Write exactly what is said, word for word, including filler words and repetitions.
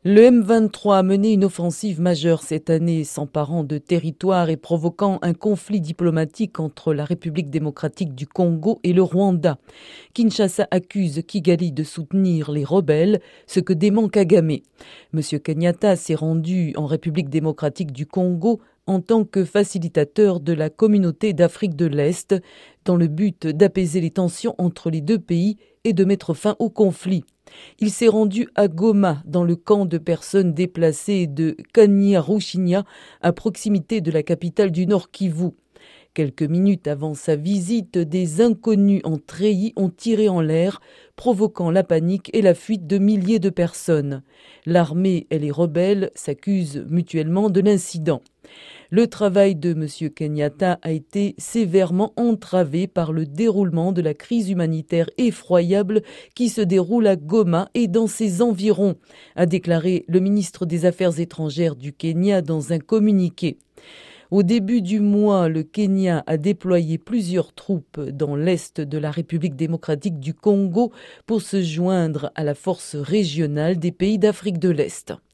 Le M vingt-trois a mené une offensive majeure cette année, s'emparant de territoires et provoquant un conflit diplomatique entre la République démocratique du Congo et le Rwanda. Kinshasa accuse Kigali de soutenir les rebelles, ce que dément Kagame. Monsieur Kenyatta s'est rendu en République démocratique du Congo en tant que facilitateur de la communauté d'Afrique de l'Est, dans le but d'apaiser les tensions entre les deux pays et de mettre fin au conflit. Il s'est rendu à Goma, dans le camp de personnes déplacées de Kanyaruchinya, à proximité de la capitale du Nord Kivu. Quelques minutes avant sa visite, des inconnus en treillis ont tiré en l'air, provoquant la panique et la fuite de milliers de personnes. L'armée et les rebelles s'accusent mutuellement de l'incident. Le travail de M. Kenyatta a été sévèrement entravé par le déroulement de la crise humanitaire effroyable qui se déroule à Goma et dans ses environs, a déclaré le ministre des Affaires étrangères du Kenya dans un communiqué. Au début du mois, le Kenya a déployé plusieurs troupes dans l'est de la République démocratique du Congo pour se joindre à la force régionale des pays d'Afrique de l'Est.